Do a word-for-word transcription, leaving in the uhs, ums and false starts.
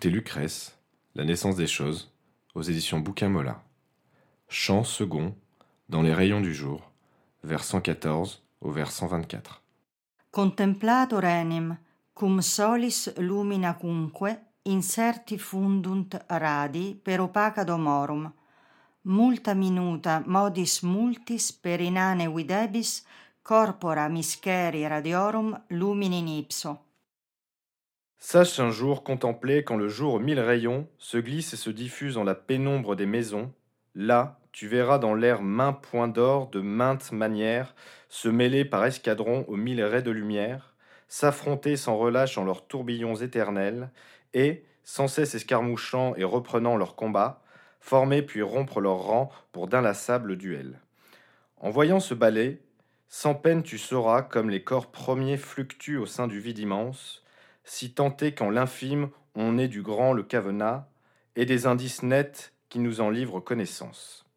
Écoutez Lucrèce, La naissance des choses, aux éditions Bouquin-Mola. Chant second, dans les rayons du jour, vers cent quatorze au vers cent vingt-quatre. Contemplator enim, cum solis lumina cunque, inserti fundunt radi per opaca domorum, multa minuta modis multis per inane videbis corpora mischeri radiorum luminin ipso. Sache un jour contempler quand le jour aux mille rayons se glisse et se diffuse en la pénombre des maisons. Là, tu verras dans l'air maints points d'or de maintes manières se mêler par escadrons aux mille raies de lumière, s'affronter sans relâche en leurs tourbillons éternels, et, sans cesse escarmouchant et reprenant leur combat, former puis rompre leurs rangs pour d'inlassables duels. En voyant ce ballet, sans peine tu sauras comme les corps premiers fluctuent au sein du vide immense, si tant est qu'en l'infime on ait du grand le cavenat, et des indices nets qui nous en livrent connaissance.